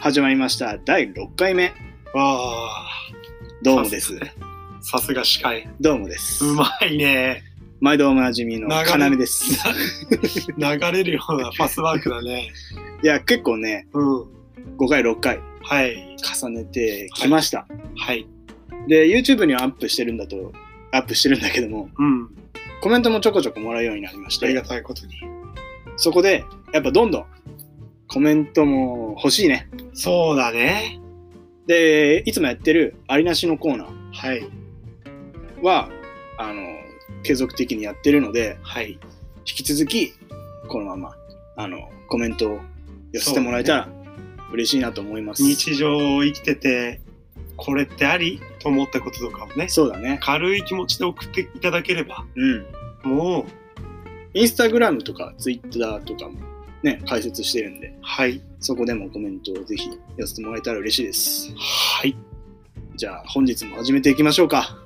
始まりました第6回目。 わあ、 どうもです。 さすが司会。 どうもです。 うまいね。 毎度おなじみの要です。 流れるようなパスワークだね。 いや、結構ね、5回、6回、 はい、 重ねてきました。 はい。 で、YouTube にはアップしてるんだけども、コメントもちょこちょこもらうようになりまして、 ありがたいことに。 そこで、やっぱどんどんコメントも欲しいね。 そうだね。 で、いつもやってるありなしのコーナーは、継続的にやってるので、引き続きこのままコメントを寄せてもらえたら嬉しいなと思います。 日常を生きててこれってありと思ったこととかをね、 そうだね、 軽い気持ちで送っていただければ、もうインスタグラムとかツイッターとかもね解説してるんで、そこでもコメントをぜひ寄せてもらえたら嬉しいです。じゃあ本日も始めていきましょうか。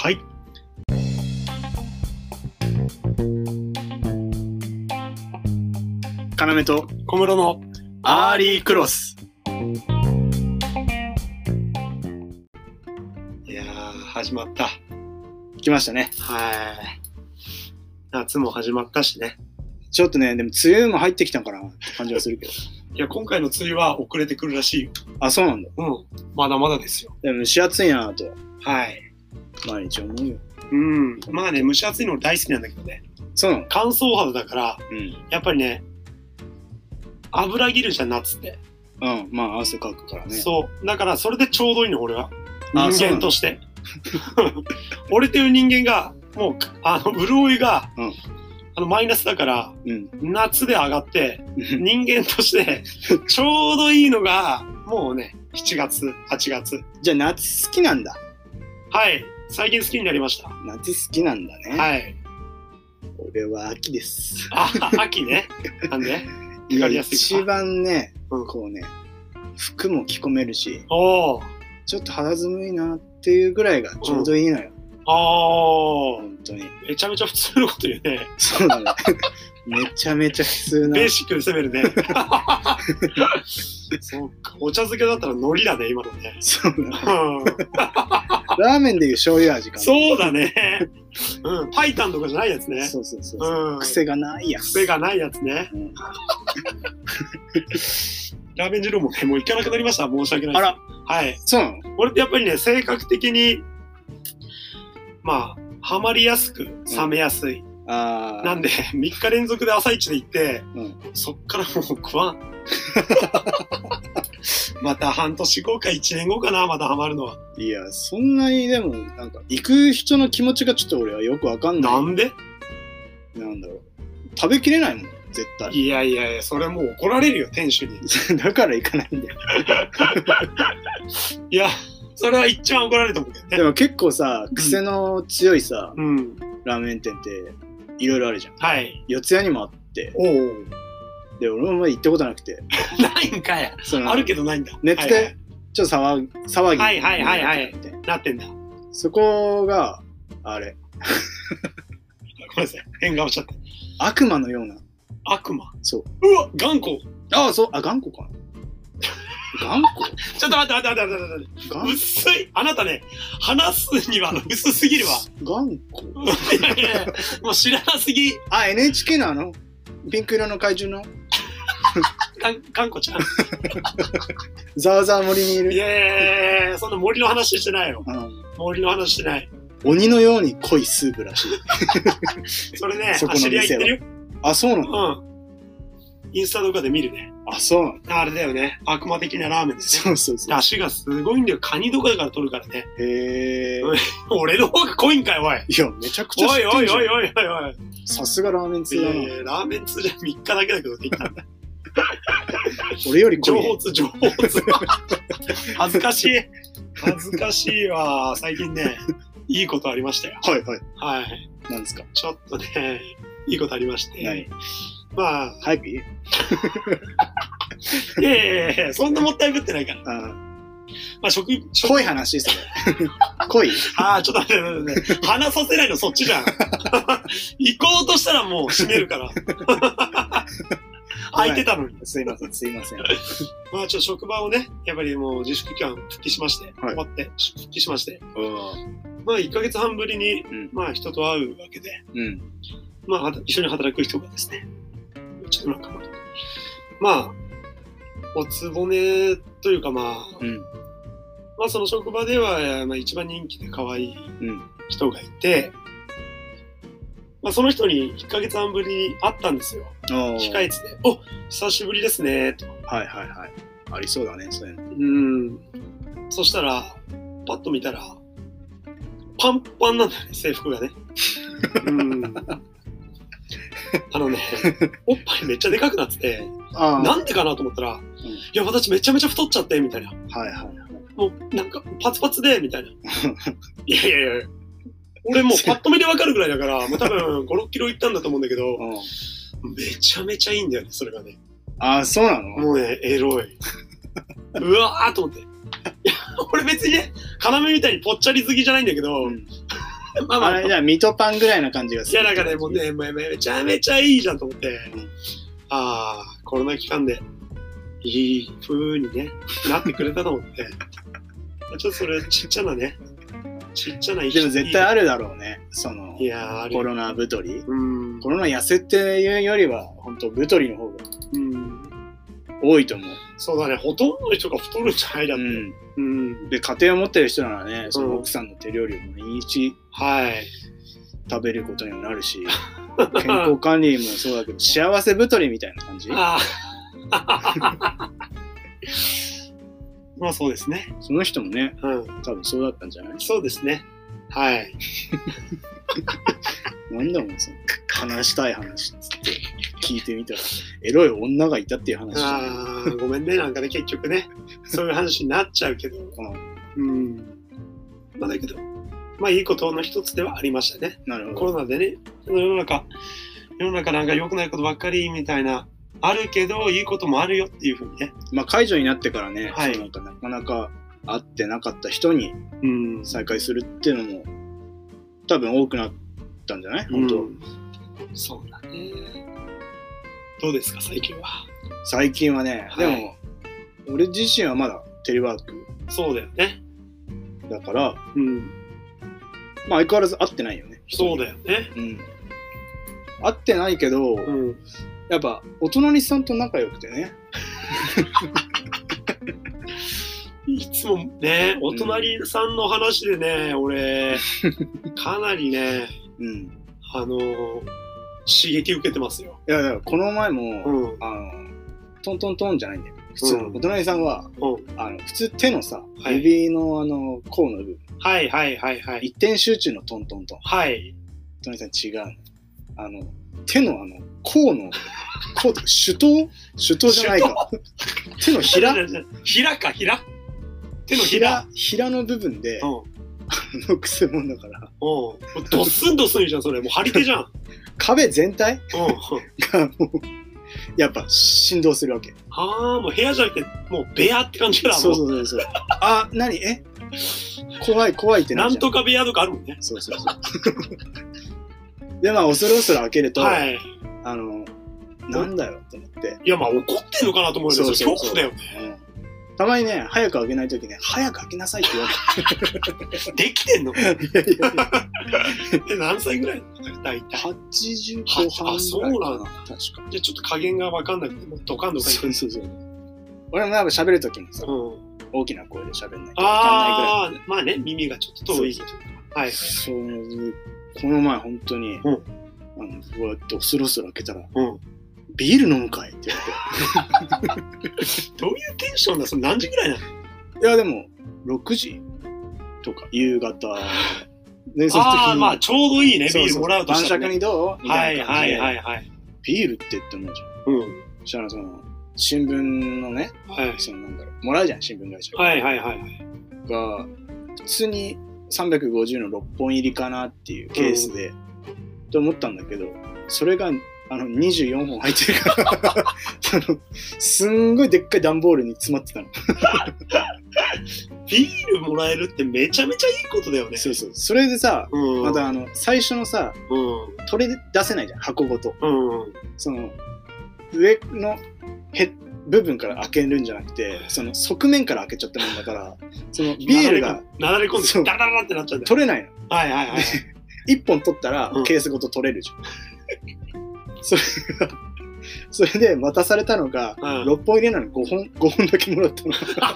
要と小室のアーリークロス。 いやー、始まった。 来ましたね。 夏も始まったしね。 ちょっとね、でも梅雨も入ってきたかなって感じはするけど。 いや、今回の梅雨は遅れてくるらしいよ。 あ、そうなんだ。 まだまだですよ。 でも蒸し暑いなと。毎日思うよ。 まあね、蒸し暑いの大好きなんだけどね。 そうなの？ 乾燥肌だから、やっぱりね、油切るじゃん、夏って。 まあ汗かくからね。 そう。だからそれでちょうどいいの、俺は。人間として。俺という人間が、もう、潤いが、マイナスだから、夏で上がって、人間として、ちょうどいいのが、もうね、7月、8月。 じゃあ夏好きなんだ。 最近好きになりました。 夏好きなんだね。俺は秋です。 秋ね。なんで一番ね、こうね、服も着込めるし、ちょっと肌寒いなっていうぐらいがちょうどいいのよ。本当に。 めちゃめちゃ普通のこと言うね。 そうだね。めちゃめちゃ普通な。 ベーシックで攻めるね。そうか。お茶漬けだったら海苔だね、今のね。 そうだね。ラーメンでいう醤油味かな。 そうだね。パイタンとかじゃないやつね。 そう。癖がないやつ。 癖がないやつね。ラーメン二郎もね、もう行かなくなりました。申し訳ないです。 そうなの？ 俺ってやっぱりね、性格的に、まあ、ハマりやすく、冷めやすい。なんで、3日連続で朝一で行って、そっからもう食わん。また半年後か1年後かな、またハマるのは。いや、そんなにでも、なんか、行く人の気持ちがちょっと俺はよくわかんない。 なんで？ なんだろう。食べきれないもん、絶対。 いや、それもう怒られるよ、店主に。 だから行かないんだよ。 いや、それは一番怒られると思うけどね。 でも結構さ、癖の強いさ、ラーメン店っていろいろあるじゃん。四谷にもあって。で、俺も行ったことなくて。 ないんかや。あるけどないんだ。 ネットでちょっと騒ぎになってんだ。 そこが、あれ。 ごめんなさい。変顔しちゃって。 悪魔のような。 悪魔？ そう。 うわ、頑固。 そう。頑固かな。頑固？ ちょっと待って。薄い。あなたね、話すには薄すぎるわ。 頑固？ もう知らなすぎ。 NHK のピンク色の怪獣の頑固ちゃん。 ざわざわ森にいる。 いや、そんな森の話してないよ。森の話してない。 鬼のように濃いスープらしい。 それね、知り合い言ってるよ。 そうなの？ インスタとかで見るね。 そうなの？ あれだよね。悪魔的なラーメンですね。 そう。 出汁がすごいんだよ。カニとかから取るからね。 へー。 俺の方が濃いんかい、おい。 いや、めちゃくちゃ知ってんじゃん。 おい。 さすがラーメン通だな。 ラーメン通じゃ3日だけだけどできたんだ。 俺より濃い。 上手。恥ずかしいわ。最近ね、いいことありましたよ。 何ですか？ ちょっとね、いいことありまして。まあ。 早く言え。 いや、そんなもったいぶってないから。 まあ、 濃い話それ。濃いああ、ちょっと待って、話させないのそっちじゃん。行こうとしたらもう閉めるから。空いてたのに。 すいません、すいません。 まあ、ちょっと職場をね、やっぱりもう自粛期間復帰しまして、終わって、復帰しまして。まあ、1ヶ月半ぶりに、まあ、人と会うわけで、まあ、一緒に働く人がですね、ちょっとなんか、まあ、おつぼねというかまあ、まあその職場では、まあ、一番人気で可愛い人がいて、まあその人に1ヶ月半ぶりに会ったんですよ。控室で。お、久しぶりですね、と。 はいはいはい。ありそうだね、そういうの。 そしたら、パッと見たら、パンパンなんだよね、制服がね。おっぱいめっちゃでかくなってて、なんでかなと思ったら、いや、私めちゃめちゃ太っちゃって、みたいな。もう、なんか、パツパツで、みたいな。いやいやいや、俺もうパッと見でわかるぐらいだから、もう多分5、6キロいったんだと思うんだけど、めちゃめちゃいいんだよね、それがね。 ああ、そうなの？ もうね、エロい。うわーと思って。いや、俺別にね、要みたいにぽっちゃり好きじゃないんだけど、 まあまあ、あれじゃあミトパンぐらいな感じがする。 いや、なんかね、もうね、めちゃめちゃいいじゃんと思って、ああ、コロナ期間で、いい風にね、なってくれたと思って、ちょっとそれ、ちっちゃなね、 でも絶対あるだろうね、その、コロナ太り。コロナ痩せっていうよりは、本当太りの方が多いと思う。 そうだね、ほとんどの人が太るんじゃないだって。 で、家庭を持ってる人ならね、その奥さんの手料理を毎日食べることにもなるし、健康管理もそうだけど、幸せ太りみたいな感じ。 まあそうですね。 その人もね、多分そうだったんじゃない？ そうですね。はい。 なんだもん、その話したい話っつって聞いてみたら、エロい女がいたっていう話じゃない。ごめんね、なんかね、結局ね、そういう話になっちゃうけど。まあだけど、まあいいことの一つではありましたね。 なるほど。 コロナでね、世の中なんか良くないことばっかりみたいな、あるけど、いいこともあるよっていうふうにね。 まあ解除になってからね、なんかなかなか会ってなかった人に再会するっていうのも、多分多くなったんじゃない？本当。 そうだね。どうですか、最近は。 最近はね、でも、俺自身はまだテレワーク。 そうだよね。 だから、まあ相変わらず会ってないよね。 そうだよね。 会ってないけど、やっぱお隣さんと仲良くてね。 いつもね、お隣さんの話でね、俺、かなりね、刺激受けてますよ。 いや、だからこの前も、トントントンじゃないんだよ。普通のお隣さんは、普通手のさ、指の甲の部分。一点集中のトントントン。お隣さん違うの。手の甲の、甲とか手刀じゃないか。手のひら手のひらの部分で、くせもんだから。 ドスンドスンじゃん、それ。もう張り手じゃん。 壁全体がもう、やっぱ振動するわけ。 もう部屋じゃなくて、もう部屋って感じだ。 そう。何怖いってなんとか部屋とかあるもんね。 そう。で、まあ、恐る恐る開けると、なんだよと思って。 いや、まあ、怒ってんのかなと思うんですよ。恐怖だよね。 たまにね、早く開けないときね、早く開けなさいって言われて。 できてんの？何歳ぐらい大体 80後半ぐらいかな。確か。 じゃあちょっと加減が分かんなくて、もうドカン。 そう。俺もなんか喋るときもさ、大きな声で喋んないと分かんないぐらい。 まあね、耳がちょっと遠い。 この前本当に、こうやって恐る恐る開けたら、ビール飲むかいって言われて。 どういうテンションだ？それ何時ぐらいなの？ いやでも6時とか夕方で、まあちょうどいいね、ビールもらうとしたら、ね。 晩酌にどうみたいな感じで。ビールって言って思うじゃん。そしたらその新聞のね、そのなんだろう、もらうじゃん、新聞会社が普通に350の6本入りかなっていうケースで、と思ったんだけど、それが 24本入ってるからすんごいでっかい段ボールに詰まってたの。 ビールもらえるってめちゃめちゃいいことだよね。 そうそう。それでさ、また最初のさ、取り出せないじゃん、箱ごと。その上の部分から開けるんじゃなくて、その側面から開けちゃったもんだから、そのビールがなだれ込んでダラダラってなっちゃうんだよ。 取れないの。 はいはいはい。 1本取ったらケースごと取れるじゃん。それで渡されたのが、6本入れなのに5本だけもらったの。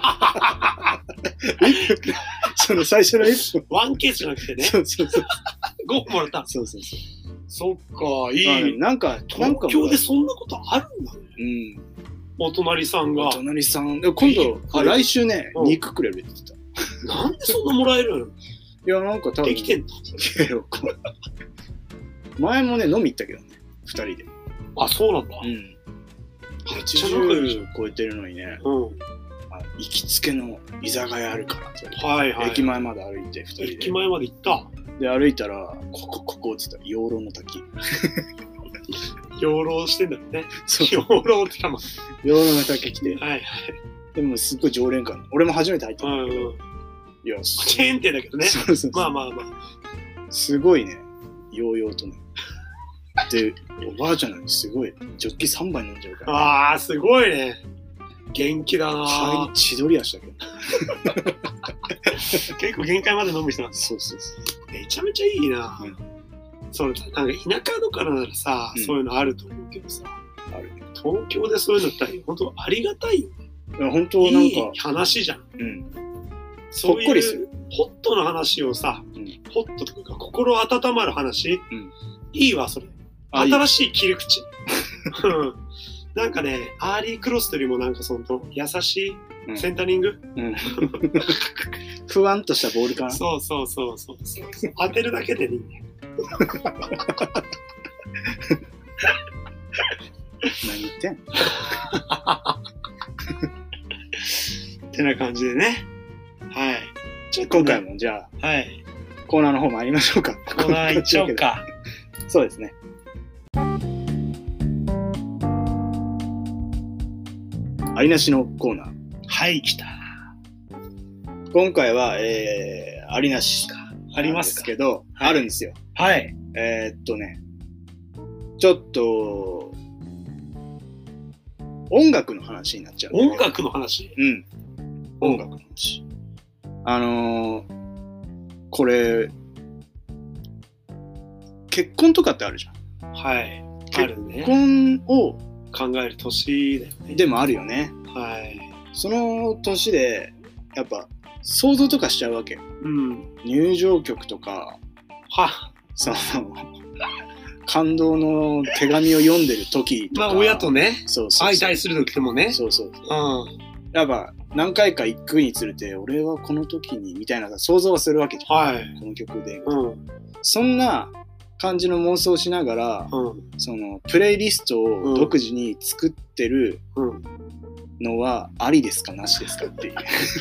その最初の1本。 ワンケースじゃなくてね。 そうそうそう。 5本もらった。 そうそうそう。 そっか、いい。 なんか東京でそんなことあるんだね。お隣さんが。 お隣さん。今度、来週ね、肉くれるって言ってた。なんでそんなもらえるの？ いや、なんか多分。 できてんの？ 前もね、飲み行ったけどね、2人で。 あ、そうなんだ。 80以上超えてるのにね、行きつけの居酒屋あるからって、駅前まで歩いて2人で。 駅前まで行った。 で、歩いたら、ここって言ったら、養老の滝。 養老してんだよね。養老ってかも。 養老の滝来て。でも、すっごい常連感。俺も初めて入ったんだけど。いや、 チェーン店だけどね。まあまあまあ。 すごいね、ようようとね。で、おばあちゃんなんにすごい、ジョッキ3杯飲んじゃうから。 ああ、すごいね。元気だなぁ。千鳥足だけど。 結構限界まで飲む人なんだ。 そうそうそう。 めちゃめちゃいいな。そう、なんか田舎とかならさ、そういうのあると思うけどさ、東京でそういうのって本当ありがたいよね。 いや、本当なんか。 いい話じゃん。 ほっこりする。 ホットの話をさ、ホットとか心温まる話、いいわ、それ。新しい切り口。なんかね、アーリークロスというよりもなんかその優しいセンタリング、 ふわんとしたボールかな。 そうそうそうそう。当てるだけでいいね。 何言ってんってな感じでね。はい。 今回もじゃあ、コーナーの方参りましょうか。 コーナー行っちゃおうか。 そうですね。ありなしのコーナー。 はい、来た。 今回は、ありなしありますけど、あるんですよ。 はい。 ちょっと、音楽の話になっちゃう。 音楽の話？ 音楽の話。これ、結婚とかってあるじゃん。 はい。あるね。 結婚を考える年だよね。 でもあるよね。 はい。 その年で、やっぱ、想像とかしちゃうわけ。入場曲とか、その、感動の手紙を読んでる時とか。 まあ、親とね、相対する時でもね。 そうそう。やっぱ、何回か行くにつれて、俺はこの時に、みたいな想像はするわけじゃん。この曲で。そんな感じの妄想をしながら、その、プレイリストを独自に作ってるのは、ありですか、なしですかっていう。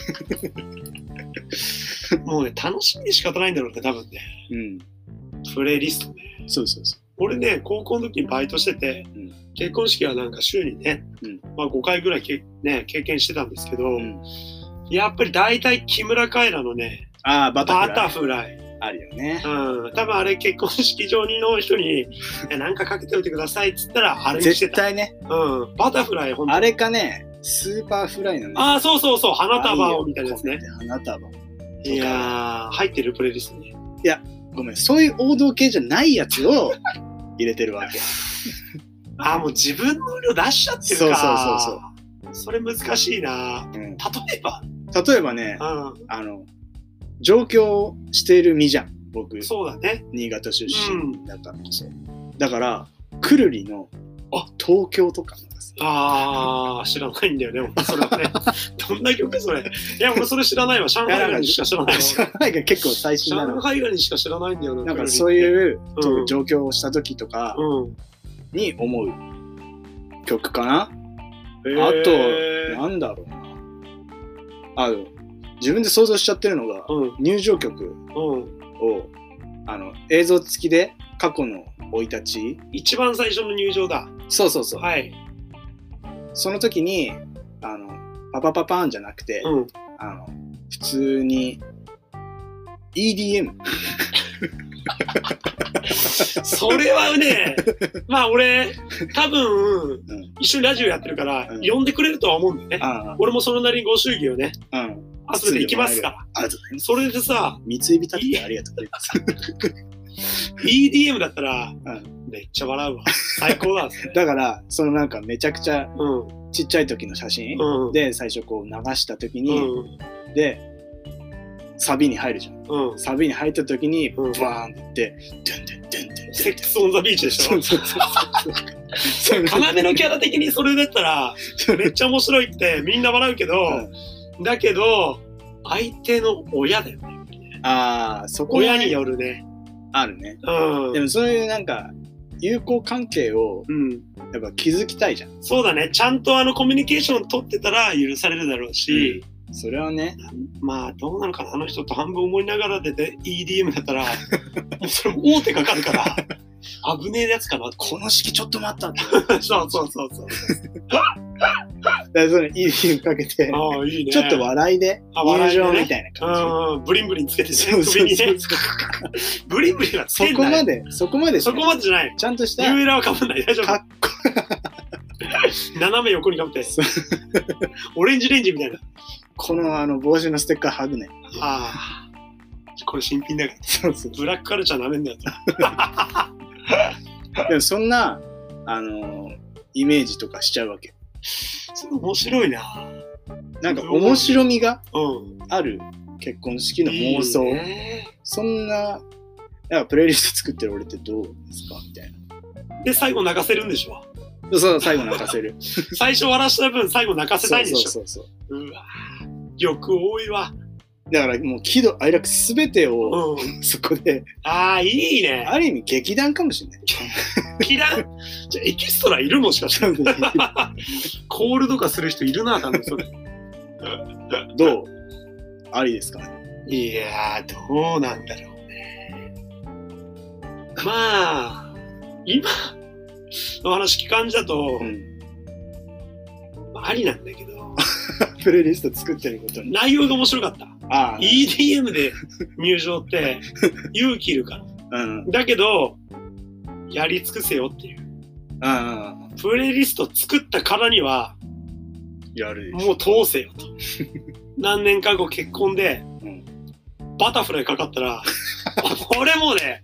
もうね、楽しみで仕方ないんだろうね、多分ね。プレイリストね。 そうそうそう。 俺ね、高校の時にバイトしてて、結婚式はなんか週にね、まあ5回ぐらい経験してたんですけど、やっぱり大体木村カエラのね、 バタフライ。 あるよね。 多分あれ結婚式場の人に、なんかかけておいてくださいっつったら、あれにしてた。 絶対ね。 バタフライ、ほんと。 あれかね、スーパーフライのね。 そうそうそう、花束をみたいなやつね。 花束。 いやー、入ってるプレイリストに。 いや、ごめん、そういう王道系じゃないやつを入れてるわけ。 もう自分の量出しちゃってるか。そう。それ難しいな。例えばね、上京している身じゃん、僕。 そうだね。 新潟出身だからこそ。だから、くるりの東京とかの知らないんだよね、それはね。どんな曲それ。いや、俺それ知らないわ。上海ガニしか知らないわ。 上海ガニ結構最新なの。 上海ガニしか知らないんだよね。 なんかそういう上京した時とかに思う曲かな。あと、なんだろうな。自分で想像しちゃってるのが、入場曲を映像付きで過去の生い立ち、 一番最初の入場だ。 そうそうそう、 はい。 その時にパパパパーンじゃなくて、 うん、 普通に EDM それはね、まあ俺多分、一緒にラジオやってるから、呼んでくれるとは思うんだよね。俺もそれなりにご祝儀をね、後で行きますから。それでさ、 三井ビタってありがとうございます。 EDM だったら、めっちゃ笑うわ。最高だ。 だからそのなんかめちゃくちゃちっちゃい時の写真で最初こう流した時に、でサビに入るじゃん。サビに入った時にバーンってドゥンドゥンドゥンドゥン、 セックスオンザビーチでしょ。そう要のキャラ的にそれだったらめっちゃ面白いってみんな笑うけど、だけど相手の親だよね。 そこ親によるね。 あるね。でもそういうなんか友好関係をやっぱ築きたいじゃん。 そうだね。ちゃんとコミュニケーション取ってたら許されるだろうし、 それはね、 まあどうなのかな、あの人と半分思いながらで EDM だったらもうそれ大手かかるから危ねえやつかな。 この式ちょっと待ったってそうそうそうそうだからそれ EDM かけていい、ね、 ちょっと笑いで入場みたいな感じ、 ブリンブリンつけてね、首にねブリンブリンはつけんない。そこまでじゃない。 ちゃんとしたニューエラーはかぶんない。大丈夫。 かっこ斜め横にかぶってオレンジレンジみたいな。 この帽子のステッカー剥ぐね。 これ新品だから。そうそう。ブラックカルチャーなめんだよでもそんなイメージとかしちゃうわけ。 それ面白いな。 なんか面白みがある結婚式の妄想。いいね、そんなプレイリスト作ってる俺ってどうですかみたいな。 で最後泣かせるんでしょ。 そう、最後泣かせる。 最初笑した分最後泣かせたいんでしょ。 そう。 うわ、欲多いわ。 だからもう喜怒哀楽すべてを、そこで。 いいね。 ある意味劇団かもしれない。 劇団？じゃあエキストラいるもしかして。コールとかする人いるな、多分それ。 どう？ありですかね。 いやー、どうなんだろうね。まあ、今の話聞かんじゃと、ありなんだけど。 プレイリスト作ってることに。 内容が面白かった。EDM で入場って勇気いるから。だけど、やり尽くせよっていう。プレイリスト作ったからには、もう通せよと。何年か後結婚で、バタフライかかったら、これもうね、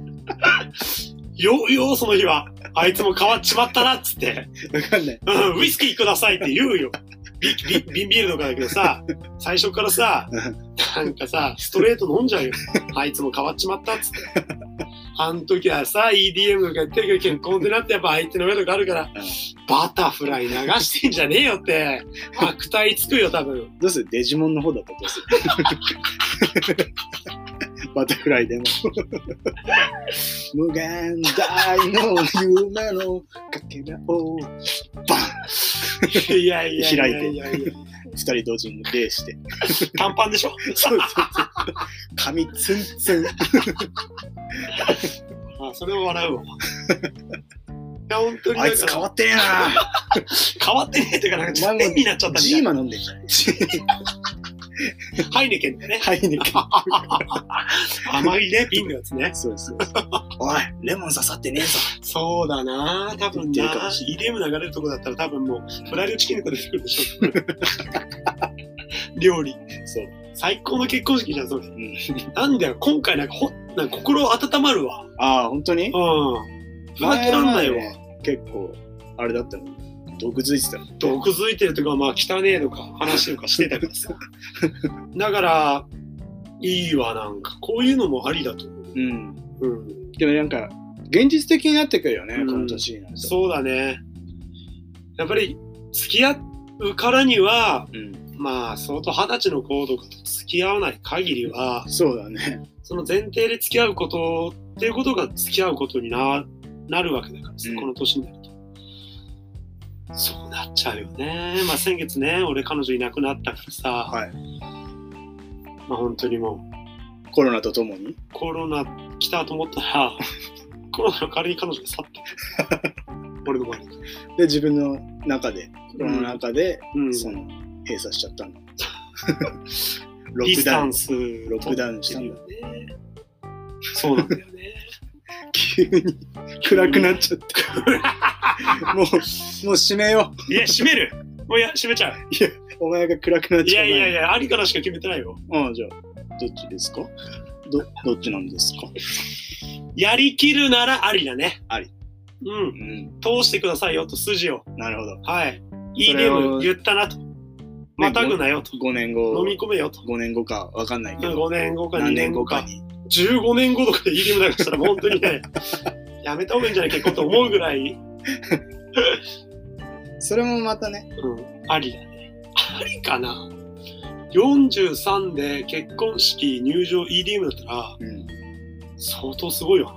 その日は、あいつも変わっちまったなっつって。 わかんない。 ウイスキーくださいって言うよ。瓶ビールとかだけどさ、最初からさ、なんかさ、ストレート飲んじゃうよ。あいつも変わっちまったっつって。あの時はさ、EDM とかやってるけど結婚ってなってやっぱ相手の上とかあるから、バタフライ流してんじゃねえよって、悪態つくよ多分。 どうする？デジモンの方だったらどうする？バタフライでも無限大の夢のかけらをバンいや開いて二人同時に礼して短パンでしょ。 そう髪ツンツンそれを笑うわ。いや本当にあいつ変わってねえな変わってねえってかなんかちょっと変になっちゃったみたいな。 ジーマ飲んでんじゃないハイネケンだね。 ハイネケン。 甘いね、瓶のやつね。 そう。おい、レモン刺さってねえぞ。 そうだな、多分な。EDM 流れるとこだったら多分もう、フライドチキンとか出てくるでしょ。料理。 そう。 最高の結婚式じゃん、それ。なんだよ、今回なんか心温まるわ。 本当に？ 負けらんないわ。 結構、あれだったの。毒づいてた。 毒づいてるとか、まあ汚ねえとか話とかしてたからさ。だから、いいわ、なんか、こういうのもありだと思う。 でもなんか、現実的になってくるよね、この年になると。 そうだね。やっぱり、付き合うからには、まあ、相当20歳の子とかと付き合わない限りは、 そうだね。 その前提で付き合うことっていうことが付き合うことになるわけだからさ、この年になると。そうなっちゃうよね。まあ先月ね、俺彼女いなくなったからさ、まあ本当にもうコロナとともにコロナ来たと思ったらコロナの代わりに彼女が去ってる。俺の周りに。 で、自分の中で、心の中で、 うん、 その、閉鎖しちゃったの。 ディスタンス。 ロックダウンしたんだ。 そうなんだよね。 急に暗くなっちゃった。もう閉めよう。いや、閉める。もう閉めちゃう。 いや、お前が暗くなっちゃう。 いや、ありからしか決めてないよ。 ああ、じゃあ、どっちですか？どっちなんですか？ やりきるならありだね。 あり。 うん。通してくださいよと、筋を。 なるほど。 はい。いいゲーム言ったなと。またぐなよと。 5年後。 飲み込めよと。 5年後かわかんないけど。 5年後か2年後か。 に。 15年後とかでいいゲームだとしたら本当にね、やめた方がいいんじゃない結構と思うぐらい。 それもまたね。 ありだね。ありかな。43で結婚式入場 EDM だったら、相当すごいよ。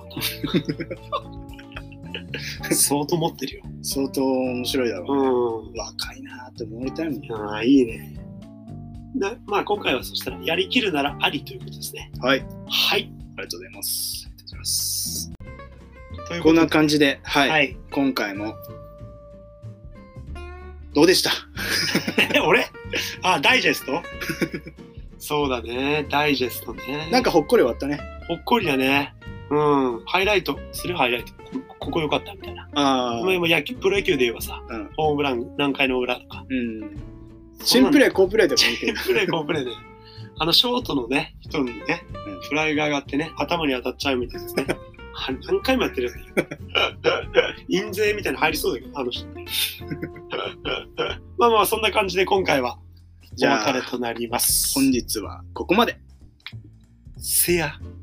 相当持ってるよ。 相当面白いだろう。若いなって思いたいもん。 ああ、いいね。まあ今回はそしたらやりきるならありということですね。 はい。 はい。 ありがとうございます。こんな感じで、はい。今回もどうでした？ 俺？ダイジェスト？そうだね、ダイジェストね。 なんかほっこり終わったね。 ほっこりだね。ハイライトするハイライト。ここ良かったみたいな。プロ野球で言えばさ、ホームラン何回の裏とか。新プレー、好プレーでもいいけど。 新プレー、好プレーで。ショートのね、人にね、フライが上がってね、頭に当たっちゃうみたいですね。何回もやってるよね。印税みたいなの入りそうだけど、あの人。まあそんな感じで今回はお別れとなります。 本日はここまで。 せや。